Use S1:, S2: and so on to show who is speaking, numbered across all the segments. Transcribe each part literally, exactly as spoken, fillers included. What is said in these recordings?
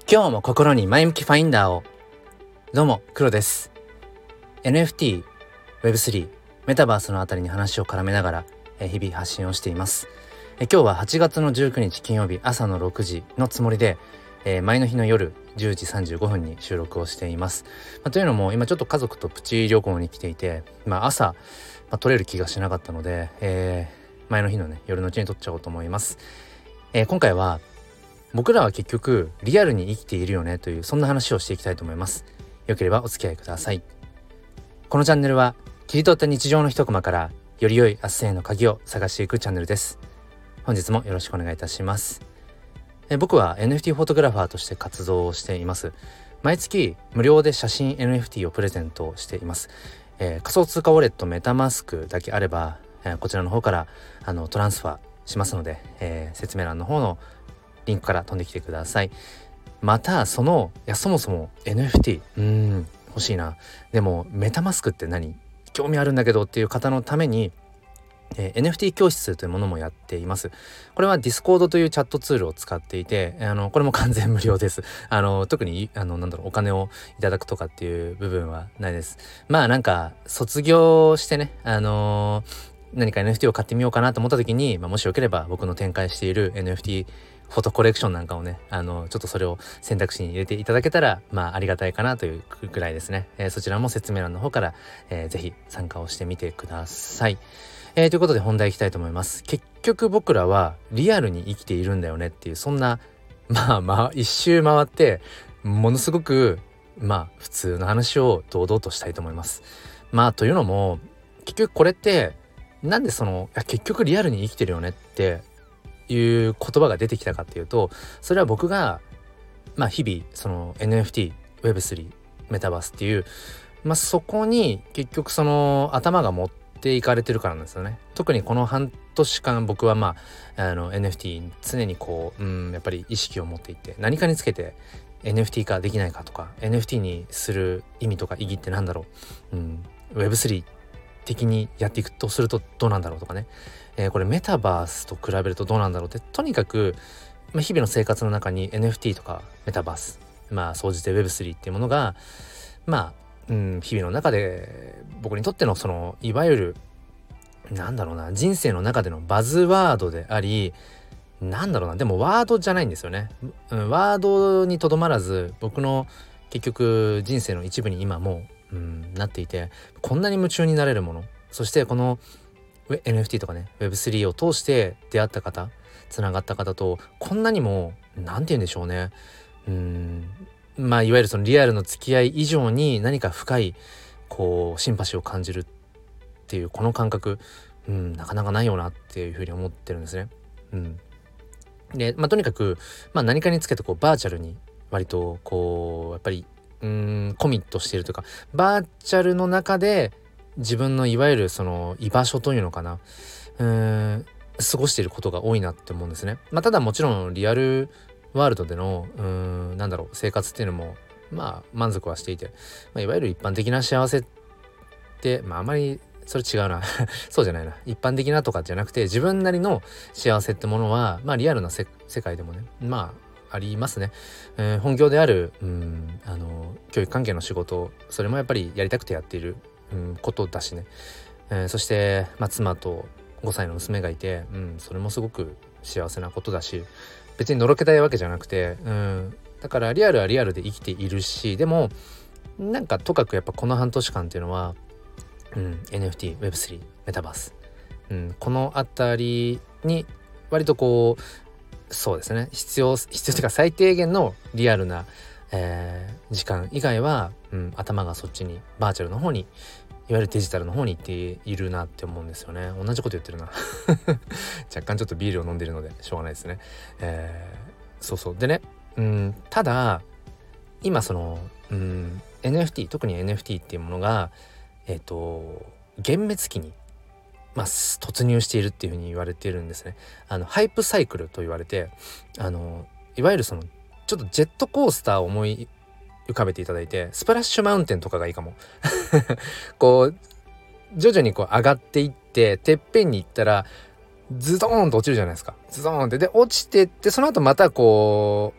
S1: 今日も心に前向きファインダーを。どうも黒です。 エヌエフティー、ウェブスリー、メタバースのあたりに話を絡めながら日々発信をしています。え今日ははちがつのじゅうくにち金曜日朝のろくじのつもりで、えー、前の日の夜じゅうじさんじゅうごふんに収録をしています。まあ、というのも今ちょっと家族とプチ旅行に来ていて、まあ、朝、まあ、撮れる気がしなかったので、えー、前の日のね夜のうちに撮っちゃおうと思います。えー、今回は僕らは結局リアルに生きているよねというそんな話をしていきたいと思います。よければお付き合いください。このチャンネルは切り取った日常の一コマからより良い明日への鍵を探していくチャンネルです。本日もよろしくお願いいたします。え僕は エヌエフティー フォトグラファーとして活動をしています。毎月無料で写真 エヌエフティー をプレゼントしています。えー、仮想通貨ウォレットメタマスクだけあれば、えー、こちらの方からあのトランスファーしますので、えー、説明欄の方のリンクから飛んできてください。またそのいやそもそも エヌエフティー うーん欲しいな、でもメタマスクって何、興味あるんだけどっていう方のために、えー、エヌエフティー 教室というものもやっています。これは Discord というチャットツールを使っていて、あのこれも完全無料です。あの特にあのなんだろうお金をいただくとかっていう部分はないです。まあなんか卒業してね、あのー何か エヌエフティー を買ってみようかなと思った時に、まあ、もしよければ僕の展開している エヌエフティー フォトコレクションなんかをね、あのちょっとそれを選択肢に入れていただけたらまあありがたいかなというくらいですね。えー、そちらも説明欄の方から、えー、ぜひ参加をしてみてください。えー、ということで本題いきたいと思います。結局僕らはリアルに生きているんだよねっていう、そんなまあまあ一周回ってものすごくまあ普通の話を堂々としたいと思います。まあというのも結局これってなんでそのいや結局リアルに生きてるよねっていう言葉が出てきたかっていうと、それは僕がまあ日々その エヌエフティー、ウェブスリー、メタバースっていうまあそこに結局その頭が持っていかれてるからなんですよね。特にこの半年間僕はまああの エヌエフティー に常にこううんやっぱり意識を持っていて、何かにつけて エヌエフティー 化できないかとか エヌエフティー にする意味とか意義ってなんだろう、うん、ウェブスリー的にやっていくとするとどうなんだろうとかね、えー、これメタバースと比べるとどうなんだろうって、とにかく、まあ、日々の生活の中に エヌエフティー とかメタバース、まあ総じて ウェブスリー っていうものがまあ、うん、日々の中で僕にとってのそのいわゆるなんだろうな人生の中でのバズワードであり、なんだろうなでもワードじゃないんですよね、うん、ワードにとどまらず僕の結局人生の一部に今もううん、なっていて、こんなに夢中になれるもの、そしてこの エヌエフティー とかね ウェブスリー を通して出会った方、つながった方とこんなにもなんて言うんでしょうね、うんまあいわゆるそのリアルの付き合い以上に何か深いこうシンパシーを感じるっていうこの感覚、うん、なかなかないよなっていうふうに思ってるんですね。うん、で、まあ、とにかく、まあ、何かにつけてこうバーチャルに割とこうやっぱりうーんコミットしているというか、バーチャルの中で自分のいわゆるその居場所というのかな、うーん過ごしていることが多いなって思うんですね。まあただもちろんリアルワールドでのうーんなんだろう生活っていうのもまあ満足はしていて、まあ、いわゆる一般的な幸せってまああまりそれ違うなそうじゃないな、一般的なとかじゃなくて自分なりの幸せってものはまあリアルな世界でもねまあありますね。えー、本業であるうんあの教育関係の仕事、それもやっぱりやりたくてやっているうんことだしね、えー、そして、まあ、妻とごさいの娘がいて、うん、それもすごく幸せなことだし、別にのろけたいわけじゃなくて、うん、だからリアルはリアルで生きているし、でもなんかとかくやっぱこの半年間っていうのは、うん、エヌエフティー、ウェブスリー、メタバース、うん、このあたりに割とこうそうですね必要必要というか最低限のリアルな、えー、時間以外は、うん、頭がそっちにバーチャルの方にいわゆるデジタルの方に行っているなって思うんですよね。同じこと言ってるな若干ちょっとビールを飲んでいるのでしょうがないですね。えー、そうそうでね、うん、ただ今その、うん、エヌエフティー 特に エヌエフティー っていうものがえっと幻滅期にまあ、突入しているっていうふうに言われているんですね。あのハイプサイクルと言われて、あのいわゆるそのちょっとジェットコースターを思い浮かべていただいて、スプラッシュマウンテンとかがいいかもこう徐々にこう上がっていっててっぺんに行ったらズドーンと落ちるじゃないですか。ズドーンってで落ちてってその後またこう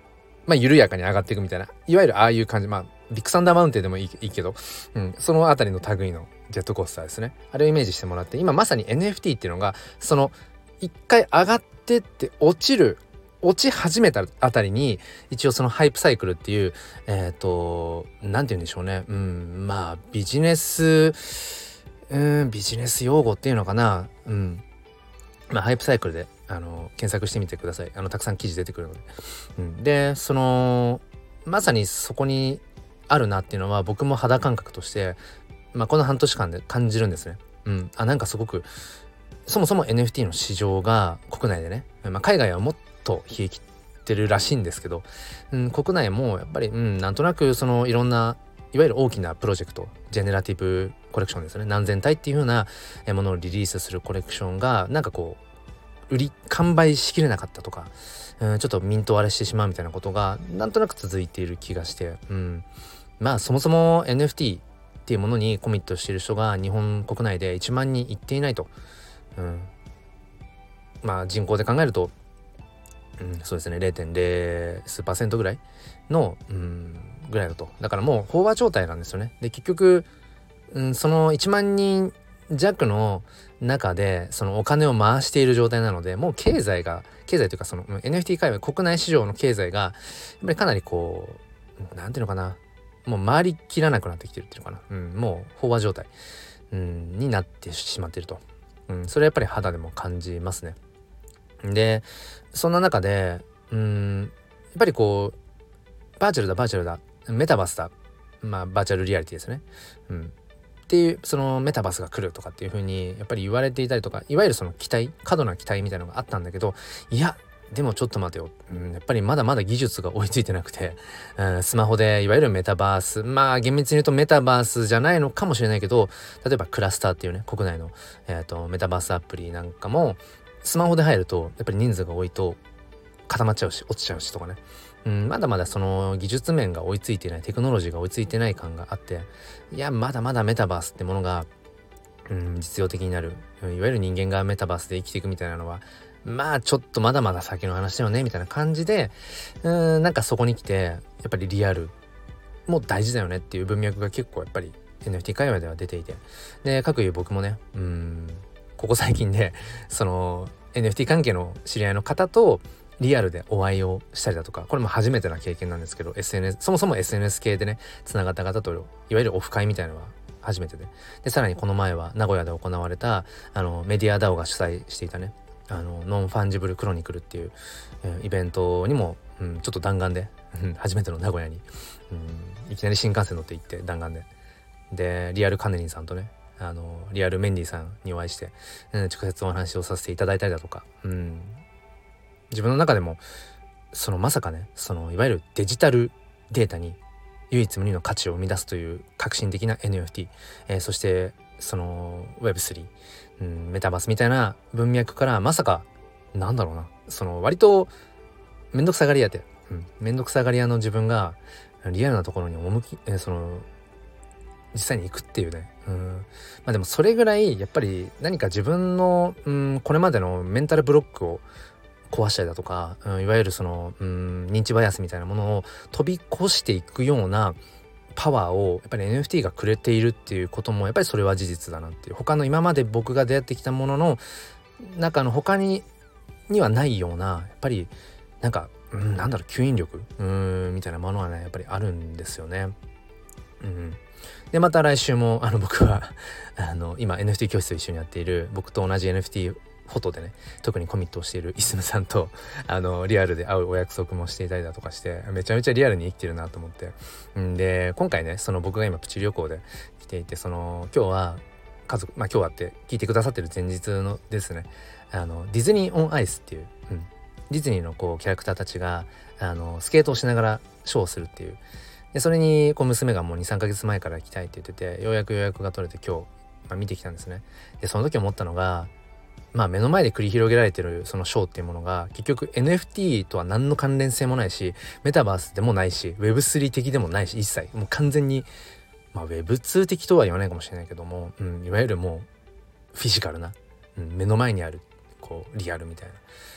S1: まあ緩やかに上がっていくみたいな、いわゆるああいう感じ、まあビッグサンダーマウンテンでもいい、いいけど、うん、そのあたりの類のジェットコースターですね。あれをイメージしてもらって、今まさに エヌエフティー っていうのがその一回上がってって落ちる落ち始めたあたりに一応そのハイプサイクルっていうえっ、ー、となんて言うんでしょうね、うんまあビジネスうんビジネス用語っていうのかな、うんまあハイプサイクルであの検索してみてください。あのたくさん記事出てくるので、うん、でそのまさにそこにあるなっていうのは僕も肌感覚として、まあ、この半年間で感じるんですね。うん、あなんかすごくそもそも エヌエフティー の市場が国内でね、まあ、海外はもっと冷え切ってるらしいんですけど、うん、国内もやっぱり、うん、なんとなくそのいろんないわゆる大きなプロジェクト、ジェネラティブコレクションですね、何千体っていう風なものをリリースするコレクションがなんかこう売り完売しきれなかったとか、うん、ちょっとミント割れしてしまうみたいなことがなんとなく続いている気がして、うん、まあそもそも エヌエフティー っていうものにコミットしている人が日本国内でいちまんにんいっていないと、うん、まあ人口で考えると、うん、そうですね ゼロてんゼロ 数パーセントぐらいの、うん、ぐらいだと。だからもう飽和状態なんですよね。で結局、うん、そのいちまんにん弱の中でそのお金を回している状態なので、もう経済が経済というかその エヌエフティー 界隈国内市場の経済がやっぱりかなりこうなんていうのかな、もう回りきらなくなってきてるっていうのかな、うん、もう飽和状態、うん、になってしまっていると、うん、それはやっぱり肌でも感じますね。でそんな中でうんやっぱりこうバーチャルだバーチャルだメタバースだ、まあバーチャルリアリティですね、うん、っていうそのメタバースが来るとかっていう風にやっぱり言われていたりとか、いわゆるその期待過度な期待みたいなのがあったんだけど、いやでもちょっと待てよ、うん、やっぱりまだまだ技術が追いついてなくて、うん、スマホでいわゆるメタバース、まあ厳密に言うとメタバースじゃないのかもしれないけど、例えばクラスターっていうね国内の、えーと、メタバースアプリなんかもスマホで入るとやっぱり人数が多いと固まっちゃうし落ちちゃうしとかね、うん、まだまだその技術面が追いついてない、テクノロジーが追いついてない感があって、いやまだまだメタバースってものが、うん、実用的になる、いわゆる人間がメタバースで生きていくみたいなのはまあちょっとまだまだ先の話だよねみたいな感じで、うーんなんかそこに来てやっぱりリアルも大事だよねっていう文脈が結構やっぱり エヌエフティー 界隈では出ていて、で各いう僕もね、うーんここ最近でその エヌエフティー 関係の知り合いの方とリアルでお会いをしたりだとか、これも初めてな経験なんですけど、 エスエヌエス そもそも エスエヌエス 系でねつながった方といわゆるオフ会みたいなのは初めてで、でさらにこの前は名古屋で行われたあのメディア ダオ が主催していたね、あのノンファンジブルクロニクルっていう、えー、イベントにも、うん、ちょっと弾丸で初めての名古屋に、うん、いきなり新幹線乗って行って弾丸ででリアルカネリンさんとね、あのリアルメンディさんにお会いして、うん、直接お話をさせていただいたりだとか、うん、自分の中でもそのまさかねそのいわゆるデジタルデータに唯一無二の価値を生み出すという革新的な エヌエフティー、えー、そしてその ウェブスリー、うん、メタバースみたいな文脈からまさかなんだろうな、その割とめんどくさがり屋で、うん、めんどくさがり屋の自分がリアルなところに赴き、えー、その実際に行くっていうね、うん、まあでもそれぐらいやっぱり何か自分の、うん、これまでのメンタルブロックを壊したりだとか、うん、いわゆるその、うん、認知バイアスみたいなものを飛び越していくようなパワーをやっぱり エヌエフティー がくれているっていうこともやっぱりそれは事実だなっていう、他の今まで僕が出会ってきたものの中の他ににはないようなやっぱりなんか、うん、なんだろう吸引力うーんみたいなものはねやっぱりあるんですよね。うん、でまた来週もあの僕はあの今 エヌエフティー 教室を一緒にやっている僕と同じ エヌエフティーフォトでね特にコミットをしているイスムさんとあのリアルで会うお約束もしていたりだとかしてめちゃめちゃリアルに生きてるなと思って、んで今回ねその僕が今プチ旅行で来ていて、その今日は家族まあ今日はって聞いてくださってる前日のですね、あのディズニーオンアイスっていう、うん、ディズニーのこうキャラクターたちがあのスケートをしながらショーをするっていう、でそれにこう娘がもう に,さん ヶ月前から行きたいって言ってて、ようやく予約が取れて今日、まあ、見てきたんですね。でその時思ったのが、まあ目の前で繰り広げられてるそのショーっていうものが結局 エヌエフティー とは何の関連性もないし、メタバースでもないし ウェブスリー 的でもないし、一切もう完全にまあ ウェブツー 的とは言わないかもしれないけども、うん、いわゆるもうフィジカルな、うん、目の前にあるこうリアルみたいな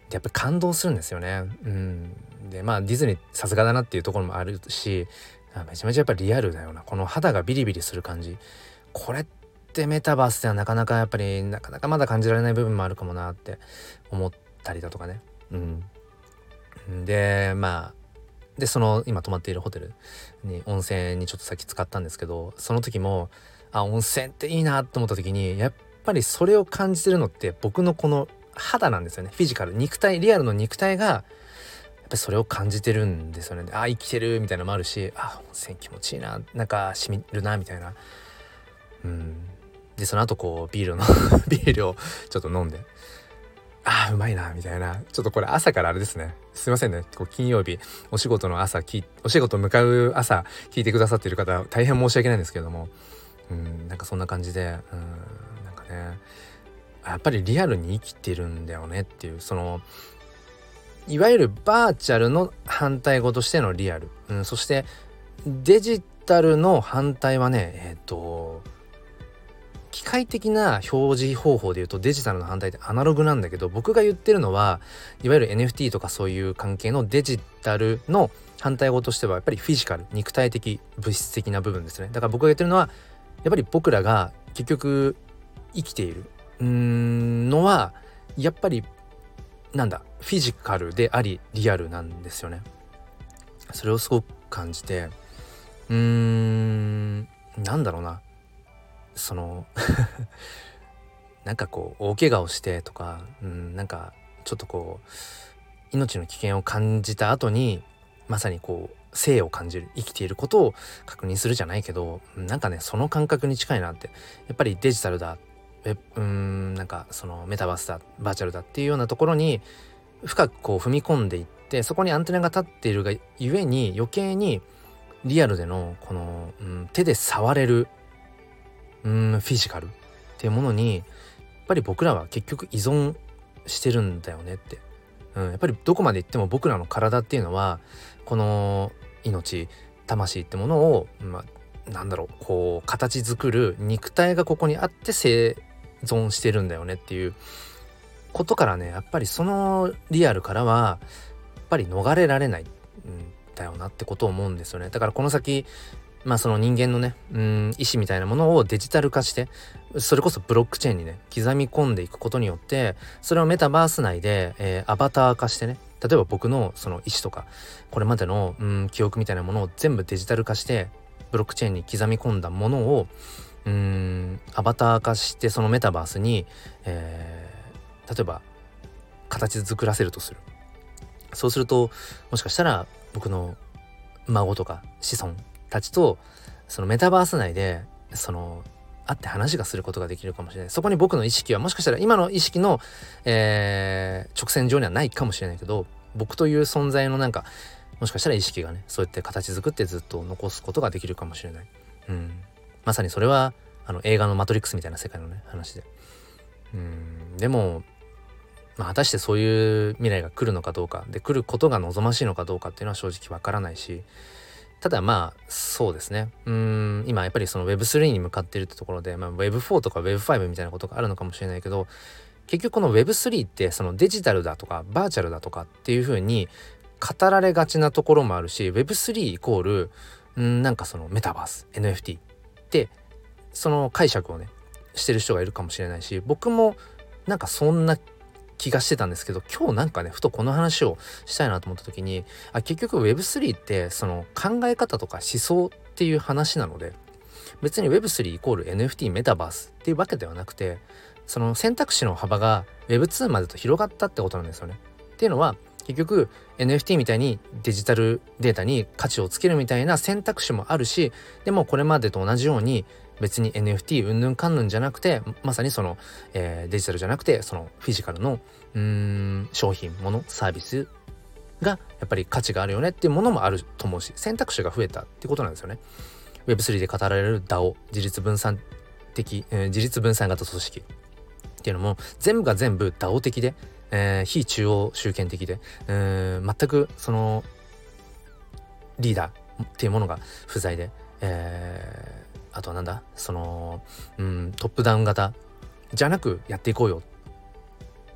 S1: やっぱり感動するんですよね。うん、でまあディズニーさすがだなっていうところもあるし、めちゃめちゃやっぱりリアルだよな、この肌がビリビリする感じ、これってメタバースではなかなかやっぱりなかなかまだ感じられない部分もあるかもなって思ったりだとかね。うんでまあでその今泊まっているホテルに温泉にちょっと先使ったんですけど、その時もあ温泉っていいなと思った時に、やっぱりそれを感じてるのって僕のこの肌なんですよね。フィジカル、肉体、リアルの肉体がやっぱりそれを感じてるんですよね。あ生きてるみたいなのもあるし、あ温泉気持ちいいな、なんか染みるなみたいな。うんでその後こうビールのビールをちょっと飲んで、あーうまいなみたいな。ちょっとこれ朝からあれですね、すいませんね、こう金曜日お仕事の朝きお仕事向かう朝聞いてくださっている方大変申し訳ないんですけれども、うんなんかそんな感じで、うんなんかねやっぱりリアルに生きてるんだよねっていう、そのいわゆるバーチャルの反対語としてのリアル、うん、そしてデジタルの反対はねえっと機械的な表示方法で言うとデジタルの反対ってアナログなんだけど、僕が言ってるのはいわゆる エヌエフティー とかそういう関係のデジタルの反対語としてはやっぱりフィジカル、肉体的、物質的な部分ですね。だから僕が言ってるのはやっぱり僕らが結局生きているうーんのはやっぱりなんだフィジカルでありリアルなんですよね。それをすごく感じて、うーんなんだろうな、そのなんかこう大怪我をしてとか、うん、なんかちょっとこう命の危険を感じた後にまさにこう生を感じる、生きていることを確認するじゃないけど、なんかねその感覚に近いなって。やっぱりデジタルだ、ウェブうーんなんかそのメタバースだ、バーチャルだっていうようなところに深くこう踏み込んでいって、そこにアンテナが立っているがゆえに余計にリアルでのこの、うん、手で触れるうんフィジカルっていうものにやっぱり僕らは結局依存してるんだよねって、うん、やっぱりどこまで行っても僕らの体っていうのはこの命、魂ってものを、まあ、なんだろうこう形作る肉体がここにあって生存してるんだよねっていうことからね、やっぱりそのリアルからはやっぱり逃れられない、うん、だよなってことを思うんですよね。だからこの先まあその人間のねうん意思みたいなものをデジタル化して、それこそブロックチェーンにね刻み込んでいくことによって、それをメタバース内で、えー、アバター化してね、例えば僕のその意思とかこれまでのうん記憶みたいなものを全部デジタル化してブロックチェーンに刻み込んだものをうーんアバター化して、そのメタバースに、えー、例えば形作らせるとする。そうするともしかしたら僕の孫とか子孫たちとそのメタバース内でその会って話がすることができるかもしれない。そこに僕の意識はもしかしたら今の意識の、えー、直線上にはないかもしれないけど、僕という存在のなんかもしかしたら意識がねそうやって形作ってずっと残すことができるかもしれない。うん、まさにそれはあの映画のマトリックスみたいな世界のね話で、うんでもまあ、果たしてそういう未来が来るのかどうかで、来ることが望ましいのかどうかっていうのは正直わからないし、ただまあそうですね、うーん今やっぱりその ウェブスリー に向かっているってところで、まあ、ウェブフォー とか ウェブファイブ みたいなことがあるのかもしれないけど、結局この ウェブスリー ってそのデジタルだとかバーチャルだとかっていう風に語られがちなところもあるし、 ウェブスリー イコールんなんかそのメタバース エヌエフティー ってその解釈をねしてる人がいるかもしれないし、僕もなんかそんな気がしてたんですけど、今日なんかねふとこの話をしたいなと思った時に、あ結局 ウェブスリー ってその考え方とか思想っていう話なので、別に ウェブスリー イコール エヌエフティー メタバースっていうわけではなくて、その選択肢の幅が ウェブツー までと広がったってことなんですよね。っていうのは結局 エヌエフティー みたいにデジタルデータに価値をつけるみたいな選択肢もあるし、でもこれまでと同じように別に エヌエフティー うんぬんかんぬんじゃなくて、まさにその、えー、デジタルじゃなくてそのフィジカルのうーん商品、もの、サービスがやっぱり価値があるよねっていうものもあると思うし、選択肢が増えたってことなんですよね。 ウェブスリー で語られる ダオ 自立分散的、えー、自立分散型組織っていうのも全部が全部 ダオ 的で、えー、非中央集権的で、えー、全くそのリーダーっていうものが不在で、えーあとはなんだその、うん、トップダウン型じゃなくやっていこうよ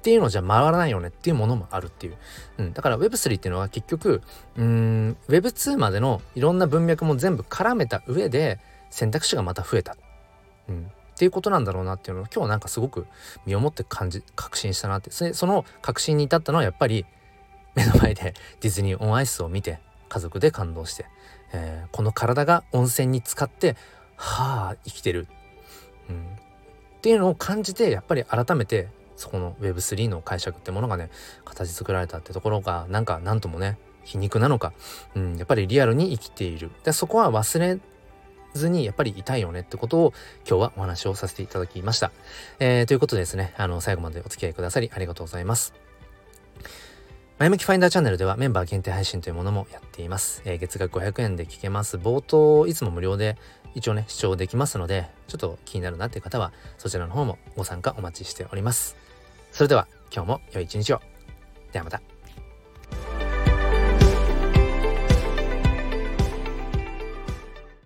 S1: っていうのじゃ回らないよねっていうものもあるっていう、うん、だから ウェブスリー っていうのは結局うーん ウェブツー までのいろんな文脈も全部絡めた上で選択肢がまた増えた、うん、っていうことなんだろうなっていうのを今日なんかすごく身をもって感じ確信したなって。それその確信に至ったのはやっぱり目の前でディズニーオンアイスを見て家族で感動して、えー、この体が温泉に浸かってはあ生きてる、うん、っていうのを感じてやっぱり改めてそこの ウェブスリー の解釈ってものがね形作られたってところがなんかなんともね皮肉なのか、うん、やっぱりリアルに生きている。でそこは忘れずにやっぱりいたいよねってことを今日はお話をさせていただきました。えー、ということでですね、あの最後までお付き合いくださりありがとうございます。前向きファインダーチャンネルではメンバー限定配信というものもやっています。えー、月額ごひゃくえんで聞けます。冒頭いつも無料で一応ね視聴できますので、ちょっと気になるなっていう方はそちらの方もご参加お待ちしております。それでは今日も良い一日を。ではまた。